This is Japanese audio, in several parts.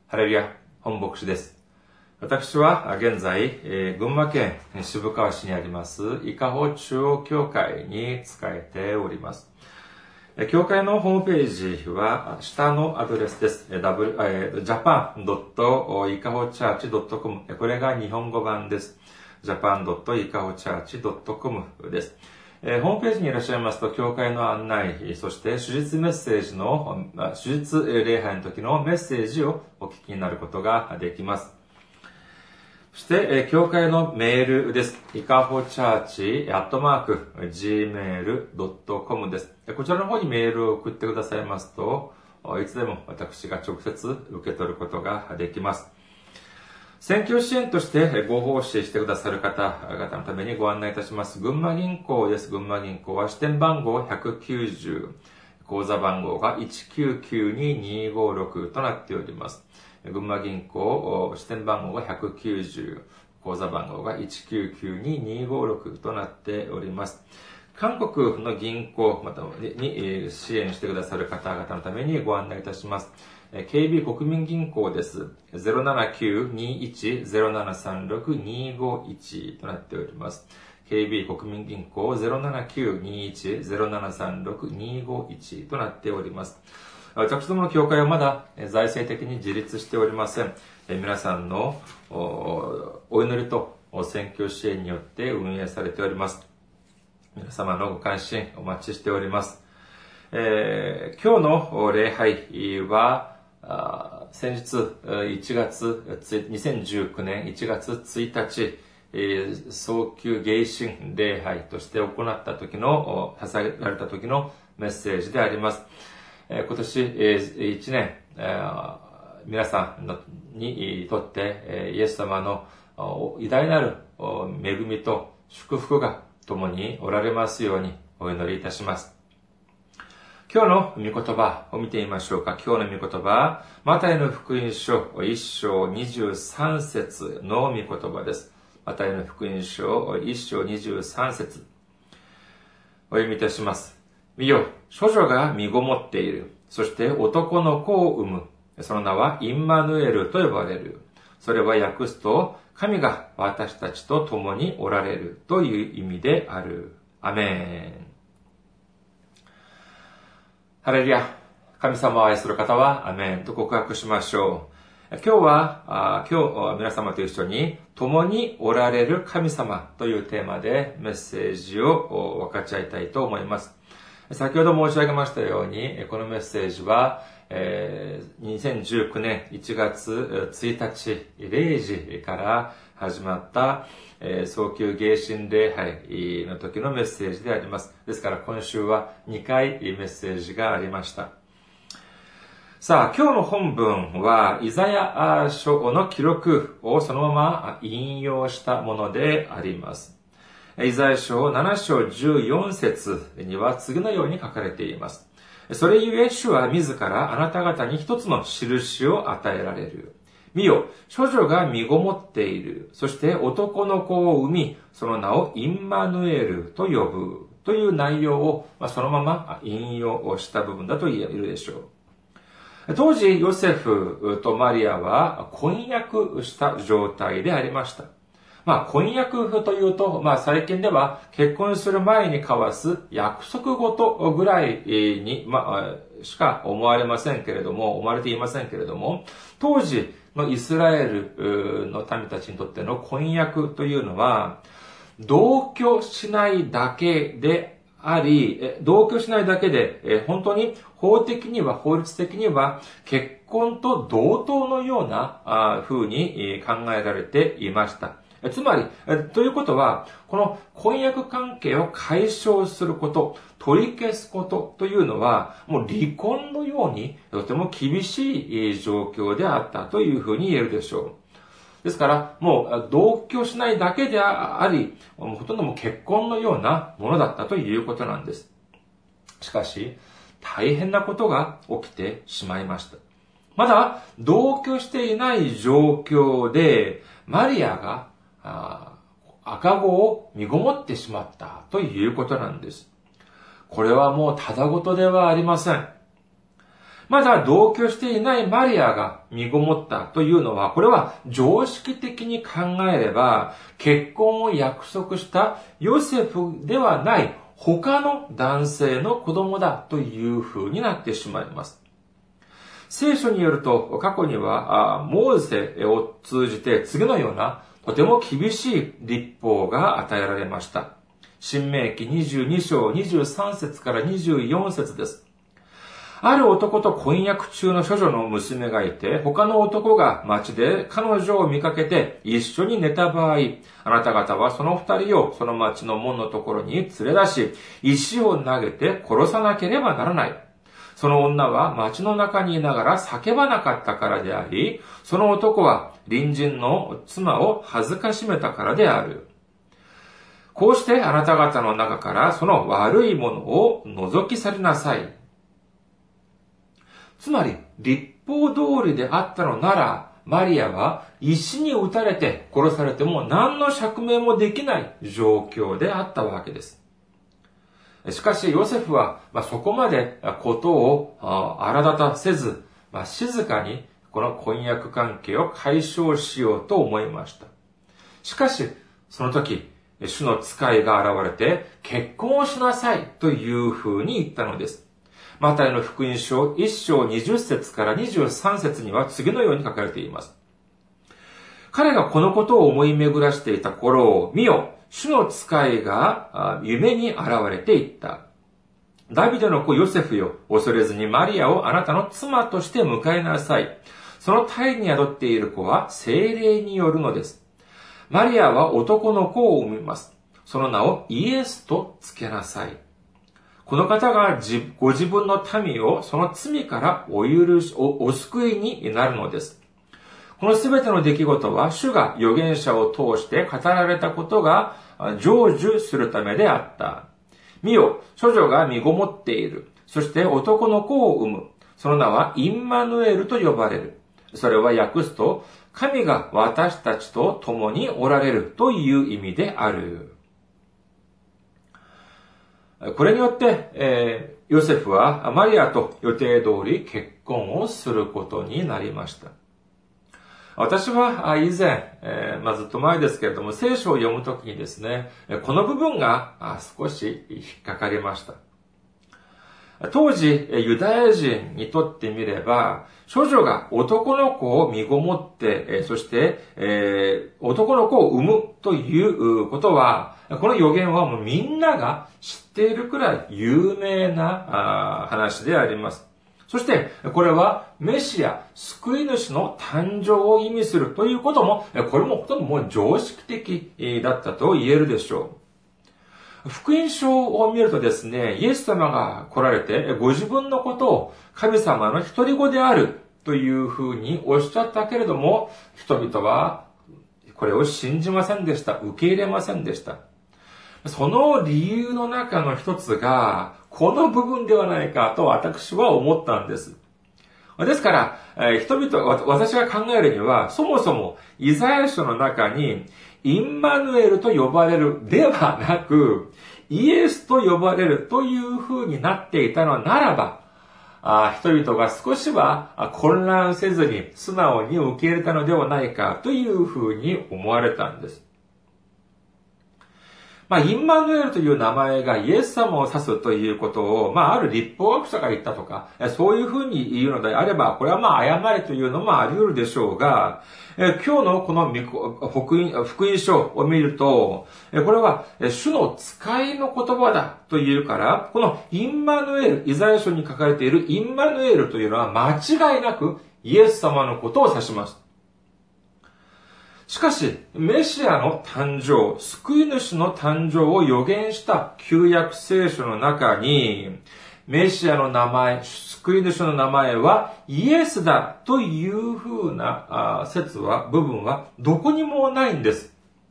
ハレルヤ、本牧師です。私は現在、群馬県渋川市にあります伊香保中央教会に仕えております。教会のホームページは下のアドレスです。japan.ikahochurch.com これが日本語版です。japan.ikahochurch.com です。ホームページにいらっしゃいますと、教会の案内、そして手術メッセージの、手術礼拝の時のメッセージをお聞きになることができます。そして、教会のメールです。ikahochurch@gmail.com です。こちらの方にメールを送ってくださいますと、いつでも私が直接受け取ることができます。選挙支援としてご奉仕してくださる方々のためにご案内いたします。群馬銀行です。群馬銀行は支店番号190、口座番号が1992256となっております。群馬銀行支店番号が190、口座番号が1992256となっております。韓国の銀行またに支援してくださる方々のためにご案内いたします。KB 国民銀行です。079-21-0736-251となっております。KB 国民銀行 079-21-0736-251 となっております。私どもの教会はまだ財政的に自立しておりません。皆さんのお祈りと選挙支援によって運営されております。皆様のご関心お待ちしております。今日の礼拝は先日2019年1月1日、早急迎新礼拝として行った時の、捧げられた時のメッセージであります。今年1年、皆さんにとってイエス様の偉大なる恵みと祝福が共におられますようにお祈りいたします。今日の御言葉を見てみましょうか。今日の御言葉、マタイの福音書1章23節の御言葉です。マタイの福音書1章23節お読みいたします。見よ、処女が身ごもっている。そして男の子を産む。その名はインマヌエルと呼ばれる。それは訳すと、神が私たちと共におられるという意味である。アメン。ハレルヤ。神様を愛する方はアメンと告白しましょう。今日皆様と一緒に共におられる神様というテーマでメッセージを分かち合いたいと思います。先ほど申し上げましたように、このメッセージは2019年1月1日0時から始まった早急迎新礼拝の時のメッセージであります。ですから今週は2回メッセージがありました。さあ、今日の本文はイザヤ書の記録をそのまま引用したものであります。イザヤ書7章14節には次のように書かれています。それゆえ主は自らあなた方に一つの印を与えられる。見よ、処女が身ごもっている。そして男の子を産み、その名をインマヌエルと呼ぶ。という内容をそのまま引用した部分だと言えるでしょう。当時、ヨセフとマリアは婚約した状態でありました。婚約というと、最近では結婚する前に交わす約束事ぐらいに、しか思われていませんけれども、当時のイスラエルの民たちにとっての婚約というのは、同居しないだけであり、本当に法律的には結婚と同等のような風に考えられていました。つまり、ということは、この婚約関係を解消すること、取り消すことというのは、もう離婚のようにとても厳しい状況であったというふうに言えるでしょう。ですから、もう同居しないだけであり、ほとんどもう結婚のようなものだったということなんです。しかし、大変なことが起きてしまいました。まだ同居していない状況で、マリアが赤子を身ごもってしまったということなんです。これはもうただごとではありません。 まだ同居していないマリアが身ごもったというのは、これは常識的に考えれば、結婚を約束したヨセフではない他の男性の子供だという風になってしまいます。聖書によると、過去にはモーゼを通じて次のようなとても厳しい律法が与えられました。申命記22章23節から24節です。ある男と婚約中の処女の娘がいて、他の男が町で彼女を見かけて一緒に寝た場合、あなた方はその二人をその町の門のところに連れ出し、石を投げて殺さなければならない。その女は町の中にいながら叫ばなかったからであり、その男は隣人の妻を恥ずかしめたからである。こうしてあなた方の中からその悪いものを除き去りなさい。つまり、律法通りであったのなら、マリアは石に撃たれて殺されても何の釈明もできない状況であったわけです。しかし、ヨセフは、そこまでことを荒立たせず、静かにこの婚約関係を解消しようと思いました。しかし、その時、主の使いが現れて、結婚をしなさいというふうに言ったのです。マタイの福音書1章20節から23節には次のように書かれています。彼がこのことを思い巡らしていた頃、見よ、主の使いが夢に現れていった。ダビデの子ヨセフよ、恐れずにマリアをあなたの妻として迎えなさい。その胎に宿っている子は聖霊によるのです。マリアは男の子を産みます。その名をイエスとつけなさい。この方がご自分の民をその罪からお救いになるのです。このすべての出来事は主が預言者を通して語られたことが成就するためであった。見よ、処女が身ごもっている。そして男の子を産む。その名はインマヌエルと呼ばれる。それは訳すと、神が私たちと共におられるという意味である。これによって、ヨセフはマリアと予定通り結婚をすることになりました。私は以前、ずっと前ですけれども、聖書を読むときにですね、この部分が少し引っかかりました。当時、ユダヤ人にとってみれば、処女が男の子を身ごもって、そして、男の子を産むということは、この予言はもうみんなが知っているくらい有名な話であります。そして、これはメシア、救い主の誕生を意味するということも、これもほとんどもう常識的だったと言えるでしょう。福音書を見るとですね、イエス様が来られて、ご自分のことを神様の一人子であるというふうにおっしゃったけれども、人々はこれを信じませんでした。受け入れませんでした。その理由の中の一つが、この部分ではないかと私は思ったんです。ですから、私が考えるには、そもそもイザヤ書の中に、インマヌエルと呼ばれるではなく、イエスと呼ばれるという風になっていたのならば、人々が少しは混乱せずに素直に受け入れたのではないかという風に思われたんです。インマヌエルという名前がイエス様を指すということを、ある律法学者が言ったとか、そういうふうに言うのであれば、これは誤りというのもあり得るでしょうが、今日のこの福音書を見ると、これは主の使いの言葉だというから、このインマヌエル、イザヤ書に書かれているインマヌエルというのは間違いなくイエス様のことを指します。しかし、メシアの誕生、救い主の誕生を予言した旧約聖書の中に、メシアの名前、救い主の名前はイエスだという風な部分はどこにもないんです。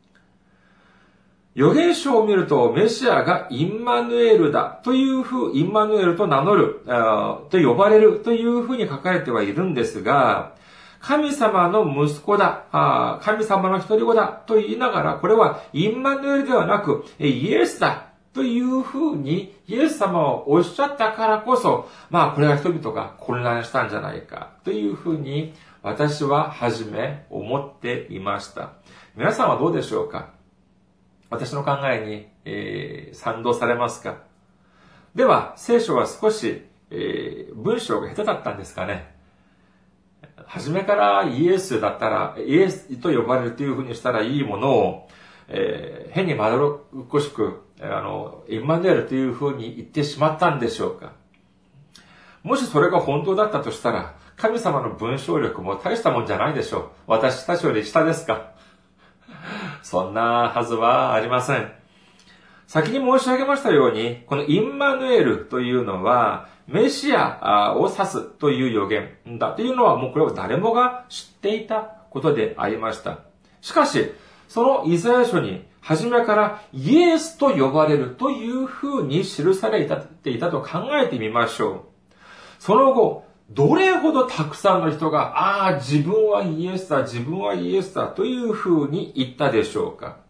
預言書を見ると、メシアがインマヌエルだというインマヌエルと名乗る、と呼ばれるという風に書かれてはいるんですが、神様の息子神様の一人子だと言いながら、これはインマヌエルではなく、イエスだというふうにイエス様はおっしゃったからこそ、これが人々が混乱したんじゃないかというふうに私は初め思っていました。皆さんはどうでしょうか？私の考えに、賛同されますか？では、聖書は少し、文章が下手だったんですかね？初めからイエスだったら、イエスと呼ばれるというふうにしたらいいものを、変にまどろっこしく、インマヌエルというふうに言ってしまったんでしょうか？もしそれが本当だったとしたら、神様の文章力も大したもんじゃないでしょう。私たちより下ですか？そんなはずはありません。先に申し上げましたように、このインマヌエルというのは、メシアを指すという予言だというのは、もうこれは誰もが知っていたことでありました。しかし、そのイザヤ書に初めからイエスと呼ばれるというふうに記されていたと考えてみましょう。その後、どれほどたくさんの人が、自分はイエスだ、自分はイエスだというふうに言ったでしょうか。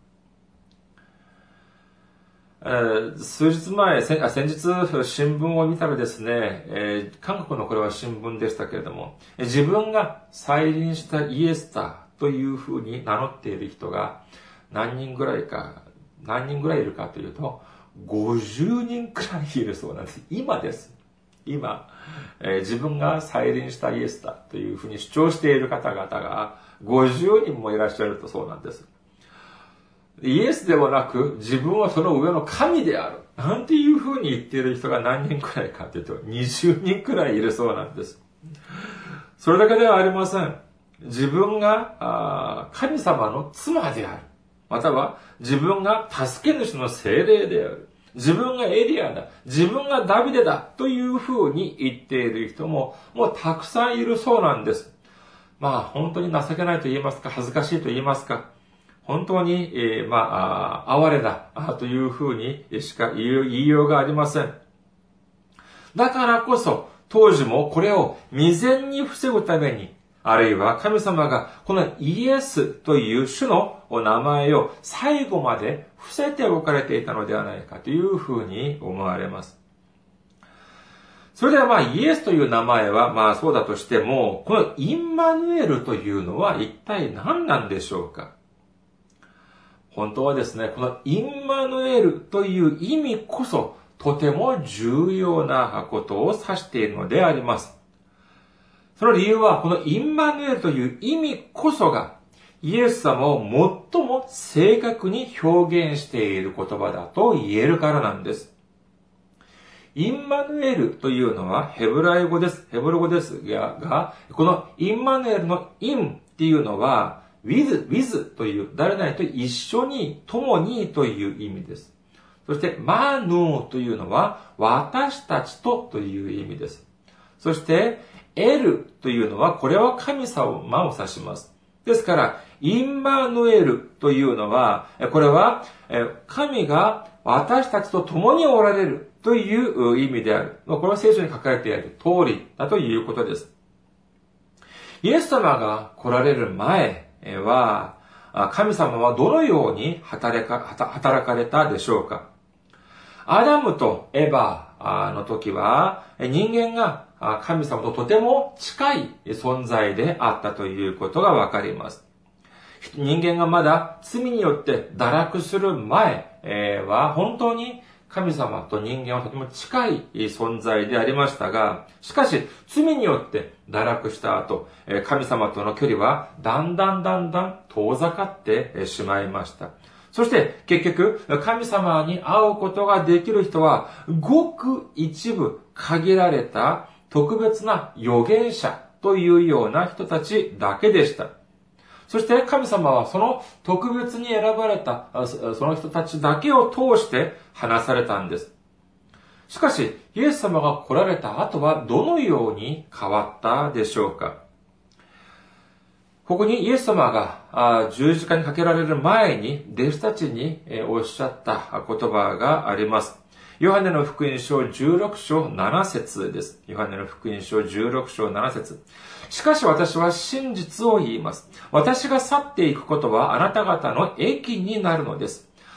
数日前、先日新聞を見たらですね、韓国のこれは新聞でしたけれども、自分が再臨したイエスだというふうに名乗っている人が何人ぐらいいるかというと、50人くらいいるそうなんです。今です。今、自分が再臨したイエスだというふうに主張している方々が50人もいらっしゃるとそうなんです。イエスではなく自分はその上の神であるなんていうふうに言っている人が何人くらいかというと20人くらいいるそうなんです。それだけではありません。自分が神様の妻である。または自分が助け主の精霊である。自分がエリアだ。自分がダビデだ。というふうに言っている人ももうたくさんいるそうなんです。本当に情けないと言いますか、恥ずかしいと言いますか。本当に、哀れだ。というふうにしか言いようがありません。だからこそ、当時もこれを未然に防ぐために、あるいは神様がこのイエスという主の名前を最後まで伏せておかれていたのではないかというふうに思われます。それではイエスという名前はそうだとしても、このインマヌエルというのは一体何なんでしょうか？本当はですね、このインマヌエルという意味こそとても重要なことを指しているのであります。その理由は、このインマヌエルという意味こそが、イエス様を最も正確に表現している言葉だと言えるからなんです。インマヌエルというのはヘブライ語です。ヘブル語ですが、このインマヌエルのインっていうのは、with という、誰々と一緒に、共にという意味です。そして、マヌーというのは、私たちとという意味です。そして、エルというのは、これは神様を指します。ですから、インマヌエルというのは、これは、神が私たちと共におられるという意味である。これは聖書に書かれている通りだということです。イエス様が来られる前は、神様はどのように働かれたでしょうか？アダムとエバの時は、人間が神様ととても近い存在であったということがわかります。人間がまだ罪によって堕落する前は本当に神様と人間はとても近い存在でありましたが、しかし罪によって堕落した後、神様との距離はだんだん遠ざかってしまいました。そして結局神様に会うことができる人はごく一部限られた特別な預言者というような人たちだけでした。そして神様はその特別に選ばれたその人たちだけを通して話されたんです。しかしイエス様が来られた後はどのように変わったでしょうか？ここにイエス様が十字架にかけられる前に弟子たちにおっしゃった言葉があります。ヨハネの福音書16章7節です。ヨハネの福音書16章7節。しかし私は真実を言います。私が去っていくことはあなた方の益になるのです。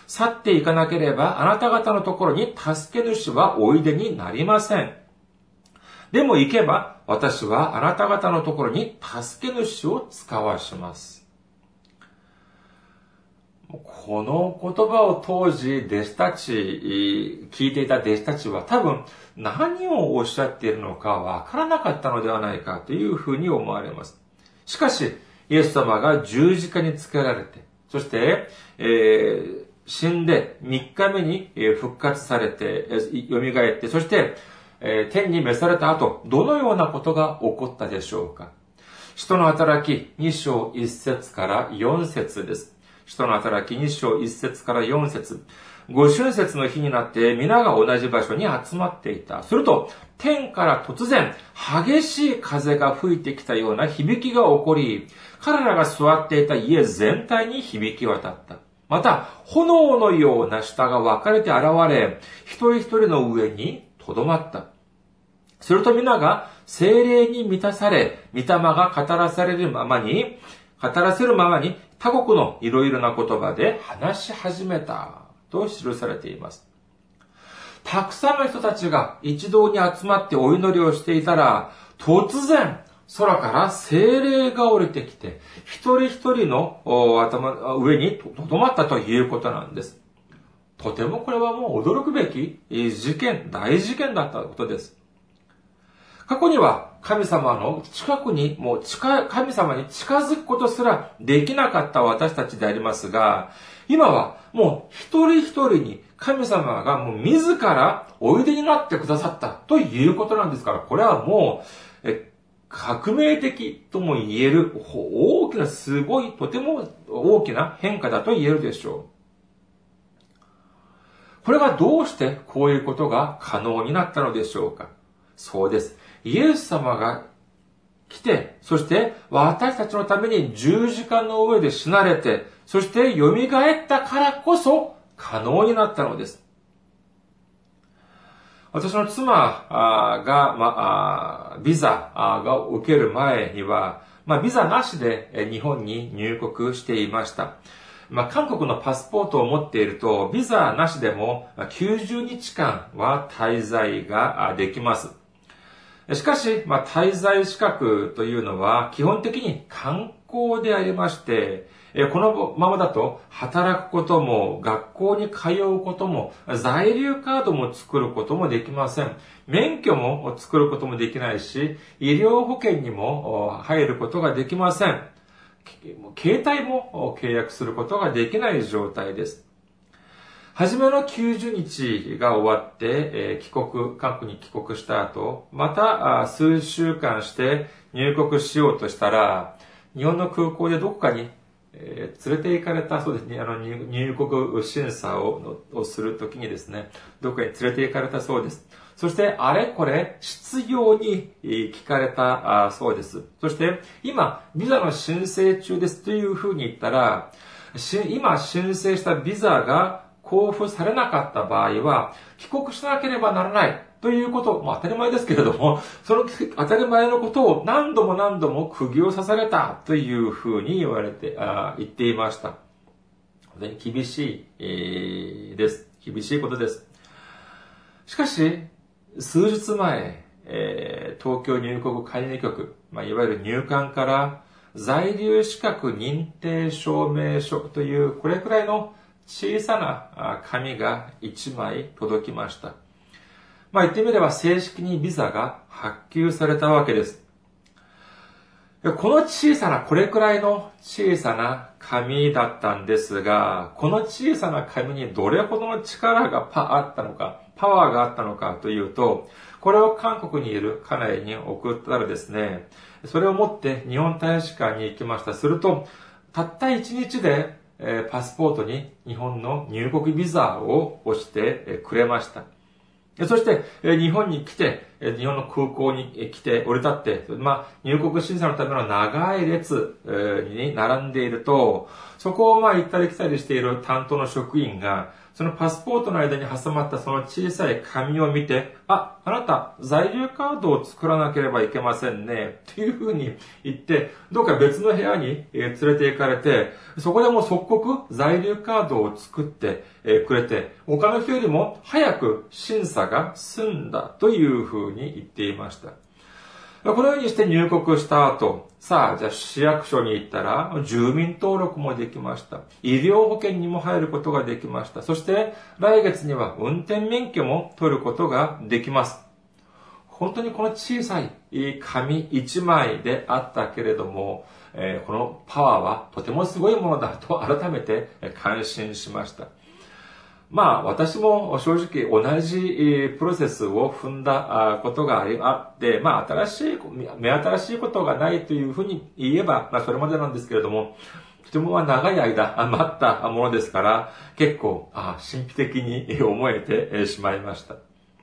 去っていかなければあなた方のところに助け主はおいでになりません。でも行けば私はあなた方のところに助け主を使わします。この言葉を当時聞いていた弟子たちは多分何をおっしゃっているのかわからなかったのではないかというふうに思われます。しかし、イエス様が十字架につけられて、そして、死んで3日目に復活されて、蘇って、そして、天に召された後、どのようなことが起こったでしょうか。使徒の働き2章1節から4節です。使徒の働き2章1節から4節。ご春節の日になって皆が同じ場所に集まっていた。すると、天から突然、激しい風が吹いてきたような響きが起こり、彼らが座っていた家全体に響き渡った。また、炎のような舌が分かれて現れ、一人一人の上に留まった。すると皆が聖霊に満たされ、御霊が語らせるままに、他国のいろいろな言葉で話し始めたと記されています。たくさんの人たちが一堂に集まってお祈りをしていたら、突然空から聖霊が降りてきて、一人一人の上にとどまったということなんです。とてもこれはもう驚くべき大事件だったことです。過去には神様の近くに、神様に近づくことすらできなかった私たちでありますが、今はもう一人一人に神様がもう自らおいでになってくださったということなんですから、これはもう、革命的とも言える大きなとても大きな変化だと言えるでしょう。これがどうしてこういうことが可能になったのでしょうか。そうです。イエス様が来て、そして私たちのために十字架の上で死なれて、そして蘇ったからこそ可能になったのです。私の妻が、ビザが受ける前には、ビザなしで日本に入国していました。韓国のパスポートを持っていると、ビザなしでも90日間は滞在ができます。しかし、滞在資格というのは基本的に観光でありまして、このままだと働くことも学校に通うことも在留カードも作ることもできません。免許も作ることもできないし、医療保険にも入ることができません。携帯も契約することができない状態です。初めの90日が終わって、韓国に帰国した後、また数週間して入国しようとしたら、日本の空港でどこかに連れて行かれたそうですね。入国審査をするときにですね、どこかに連れて行かれたそうです。そして、あれこれ、執拗に聞かれたそうです。そして、今、ビザの申請中ですというふうに言ったら、今申請したビザが交付されなかった場合は、帰国しなければならないということ、当たり前ですけれども、その当たり前のことを何度も釘を刺されたというふうに言っていました。本当に厳しいです。厳しいことです。しかし、数日前、東京入国管理局、いわゆる入管から在留資格認定証明書というこれくらいの小さな紙が1枚届きました。言ってみれば正式にビザが発給されたわけです。このこれくらいの小さな紙だったんですが、この小さな紙にどれほどの力がパワーがあったのかというと、これを韓国にいる家内に送ったらですね、それを持って日本大使館に行きました。すると、たった1日でパスポートに日本の入国ビザを押してくれました。そして日本に来て日本の空港に来て降り立って、入国審査のための長い列に並んでいると、そこを行ったり来たりしている担当の職員が、そのパスポートの間に挟まったその小さい紙を見て、あなた、在留カードを作らなければいけませんね、というふうに言って、どうか別の部屋に連れて行かれて、そこでもう即刻在留カードを作ってくれて、他の人よりも早く審査が済んだというふうに言っていました。このようにして入国した後、じゃあ市役所に行ったら、住民登録もできました。医療保険にも入ることができました。そして、来月には運転免許も取ることができます。本当にこの小さい紙一枚であったけれども、このパワーはとてもすごいものだと改めて感心しました。私も正直同じプロセスを踏んだことがあって、目新しいことがないというふうに言えば、それまでなんですけれども、とても長い間待ったものですから、結構神秘的に思えてしまいました。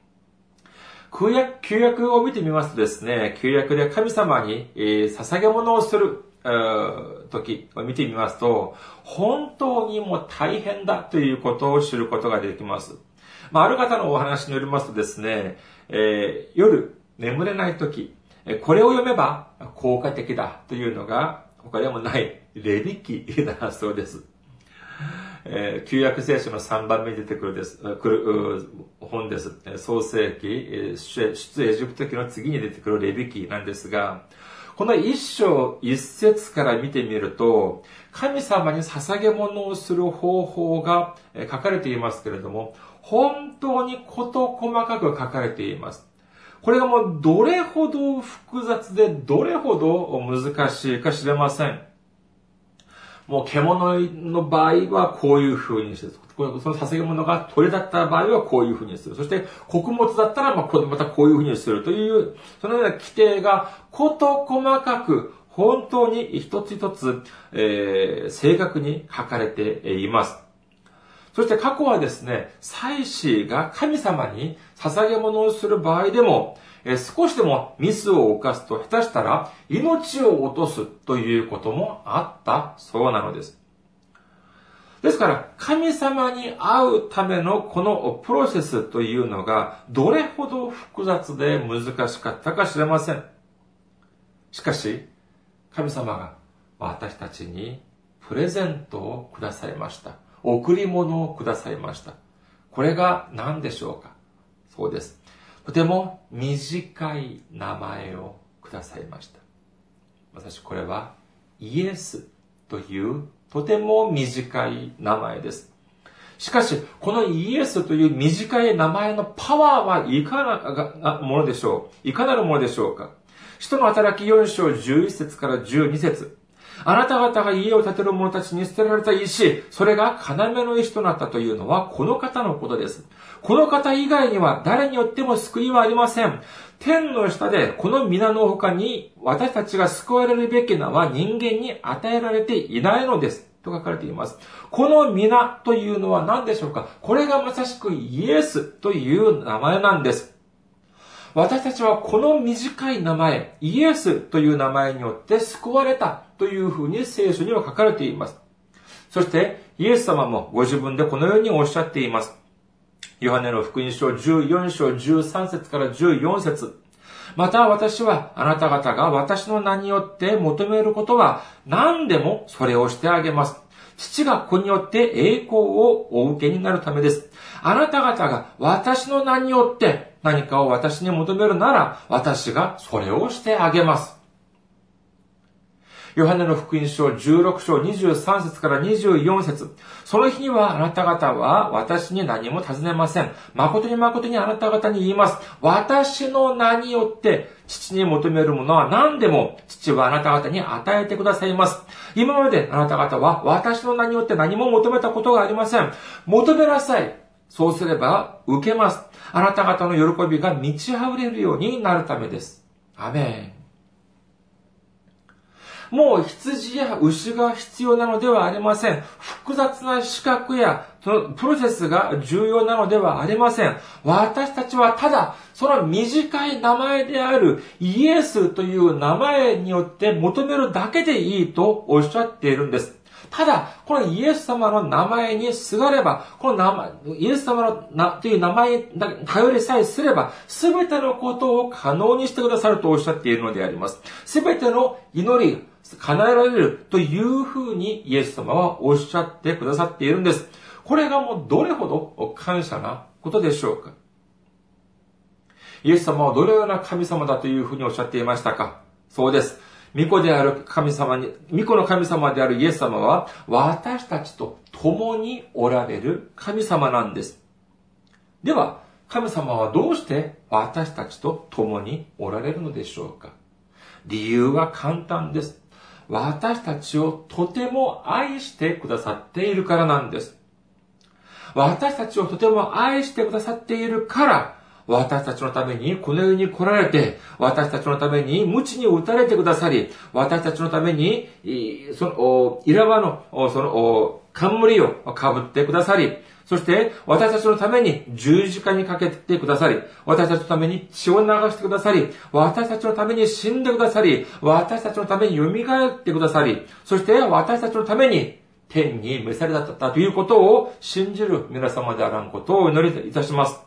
旧約を見てみますとですね、旧約で神様に捧げ物をする時を見てみますと、本当にもう大変だということを知ることができます。ある方のお話によりますとですね、夜眠れない時、これを読めば効果的だというのが他でもないレビ記だそうです。旧約聖書の3番目に出てくる本です。創世記、出エジプト記の次に出てくるレビ記なんですが、この一章一節から見てみると、神様に捧げ物をする方法が書かれていますけれども、本当に事細かく書かれています。これがもうどれほど複雑でどれほど難しいか知れません。もう獣の場合はこういう風にする。その捧げ物が鳥だった場合はこういう風にする。そして穀物だったらまたこういう風にするという、そのような規定が事細かく本当に一つ一つ、正確に書かれています。そして過去はですね、祭司が神様に捧げ物をする場合でも、少しでもミスを犯すと下手したら命を落とすということもあったそうなのです。ですから神様に会うためのこのプロセスというのがどれほど複雑で難しかったか知れません。しかし神様が私たちにプレゼントをくださいました。贈り物をくださいました。これが何でしょうか。そうです。とても短い名前をくださいました。私これはイエスというとても短い名前です。しかしこのイエスという短い名前のパワーはいかなるものでしょうか。使徒の働き4章11節から12節。あなた方が家を建てる者たちに捨てられた石、それが要の石となったというのはこの方のことです。この方以外には誰によっても救いはありません。天の下でこの皆の他に私たちが救われるべき名は人間に与えられていないのです。と書かれています。この皆というのは何でしょうか。これがまさしくイエスという名前なんです。私たちはこの短い名前、イエスという名前によって救われたというふうに聖書には書かれています。そしてイエス様もご自分でこのようにおっしゃっています。ヨハネの福音書14章13節から14節。また私はあなた方が私の名によって求めることは何でもそれをしてあげます。父が子によって栄光をお受けになるためです。あなた方が私の名によって何かを私に求めるなら私がそれをしてあげます。ヨハネの福音書16章23節から24節。その日にはあなた方は私に何も尋ねません。誠に誠にあなた方に言います。私の名によって父に求めるものは何でも父はあなた方に与えてくださいます。今まであなた方は私の名によって何も求めたことがありません。求めなさい。そうすれば受けます。あなた方の喜びが満ち溢れるようになるためです。アメン。 もう羊や牛が必要なのではありません。複雑な資格やそのプロセスが重要なのではありません。私たちはただその短い名前であるイエスという名前によって求めるだけでいいとおっしゃっているんです。ただ、このイエス様の名前にすがれば、このイエス様という名前に頼りさえすれば、すべてのことを可能にしてくださるとおっしゃっているのであります。すべての祈り、叶えられるというふうにイエス様はおっしゃってくださっているんです。これがもうどれほど感謝なことでしょうか。イエス様はどのような神様だというふうにおっしゃっていましたか。そうです。御子の神様であるイエス様は、私たちと共におられる神様なんです。では、神様はどうして私たちと共におられるのでしょうか。理由は簡単です。私たちをとても愛してくださっているからなんです。私たちをとても愛してくださっているから、私たちのためにこの世に来られて、私たちのために鞭に打たれてくださり、私たちのために、イラバの、冠を被ってくださり、そして私たちのために十字架にかけてくださり、私たちのために血を流してくださり、私たちのために死んでくださり、私たちのために蘇ってくださり、そして私たちのために天に召されたということを信じる皆様であらんことをお祈りいたします。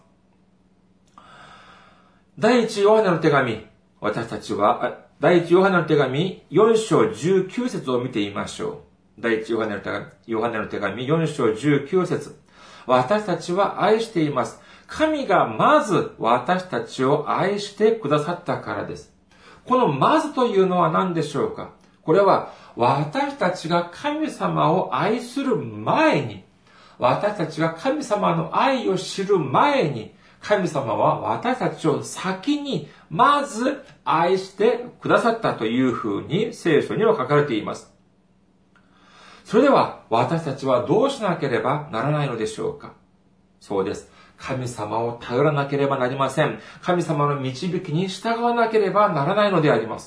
第一ヨハネの手紙、私たちは、第一ヨハネの手紙4章19節を見てみましょう。第一ヨハネの手紙4章19節。私たちは愛しています。神がまず私たちを愛してくださったからです。このまずというのは何でしょうか。これは私たちが神様を愛する前に、私たちが神様の愛を知る前に、神様は私たちを先にまず愛してくださったというふうに聖書には書かれています。それでは私たちはどうしなければならないのでしょうか。そうです。神様を頼らなければなりません。神様の導きに従わなければならないのであります。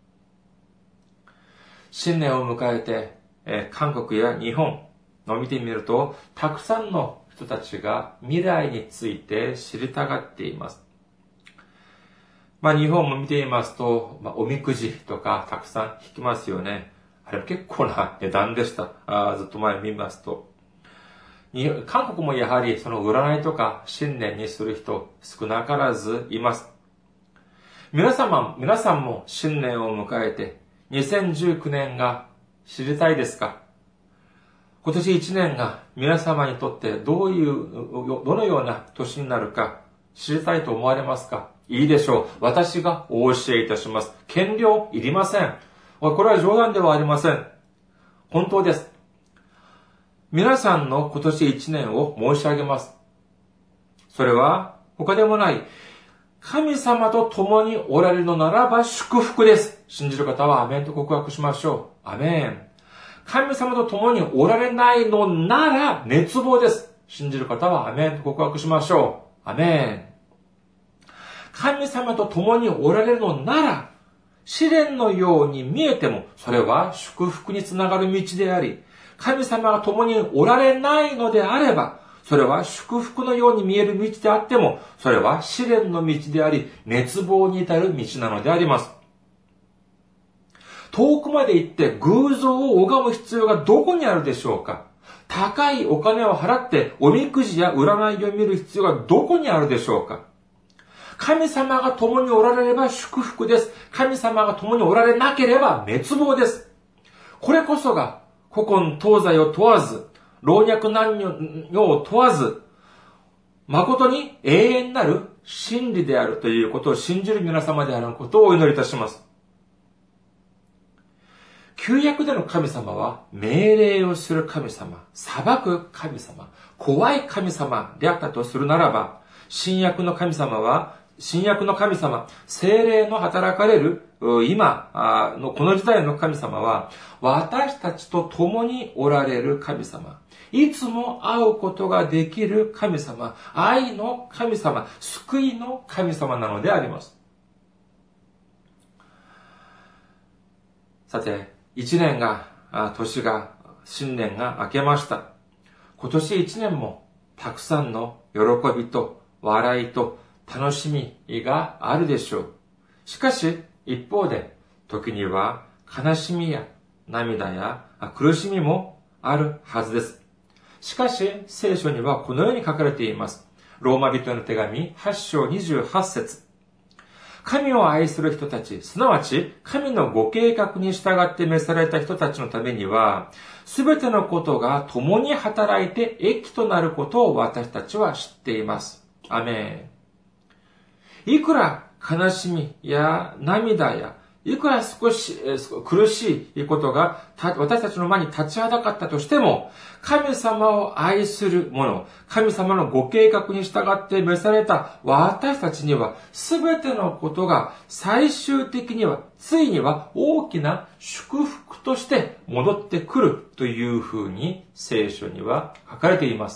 新年を迎えて、韓国や日本を見てみると、たくさんの人たちが未来について知りたがっています。日本も見ていますと、おみくじとかたくさん引きますよね。あれ結構な値段でした。ずっと前見ますと。韓国もやはりその占いとか新年にする人少なからずいます。皆さんも新年を迎えて2019年が知りたいですか？今年1年が皆様にとってどのような年になるか知りたいと思われますか？いいでしょう。私がお教えいたします。権利いりません。これは冗談ではありません。本当です。皆さんの今年1年を申し上げます。それは他でもない。神様と共におられるのならば祝福です。信じる方はアメンと告白しましょう。アメン。神様と共におられないのなら熱望です。信じる方はアメンと告白しましょう。アメン。神様と共におられるのなら、試練のように見えても、それは祝福につながる道であり、神様が共におられないのであれば、それは祝福のように見える道であっても、それは試練の道であり、熱望に至る道なのであります。遠くまで行って偶像を拝む必要がどこにあるでしょうか？高いお金を払っておみくじや占いを見る必要がどこにあるでしょうか？神様が共におられれば祝福です。神様が共におられなければ滅亡です。これこそが古今東西を問わず、老若男女を問わず、誠に永遠なる真理であるということを信じる皆様であることをお祈りいたします。旧約での神様は命令をする神様、裁く神様、怖い神様であったとするならば、新約の神様、聖霊の働かれる今のこの時代の神様は、私たちと共におられる神様、いつも会うことができる神様、愛の神様、救いの神様なのであります。 さて、新年が明けました。今年一年もたくさんの喜びと笑いと楽しみがあるでしょう。しかし、一方で、時には悲しみや涙や苦しみもあるはずです。しかし、聖書にはこのように書かれています。ローマ人への手紙8章28節。神を愛する人たち、すなわち神のご計画に従って召された人たちのためには、すべてのことが共に働いて益となることを私たちは知っています。アメン。いくら悲しみや涙や、いくら少し苦しいことが私たちの前に立ちはだかったとしても、神様を愛する者、神様のご計画に従って召された私たちには、すべてのことが最終的には、ついには大きな祝福として戻ってくるというふうに聖書には書かれています。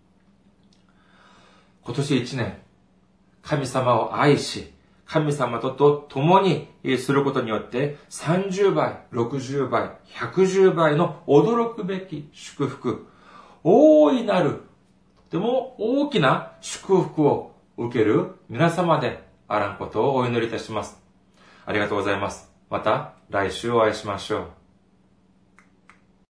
今年一年、神様を愛し、神様と共にすることによって30倍、60倍、110倍の驚くべき祝福、大いなる、とても大きな祝福を受ける皆様であらんことをお祈りいたします。ありがとうございます。また来週お会いしましょう。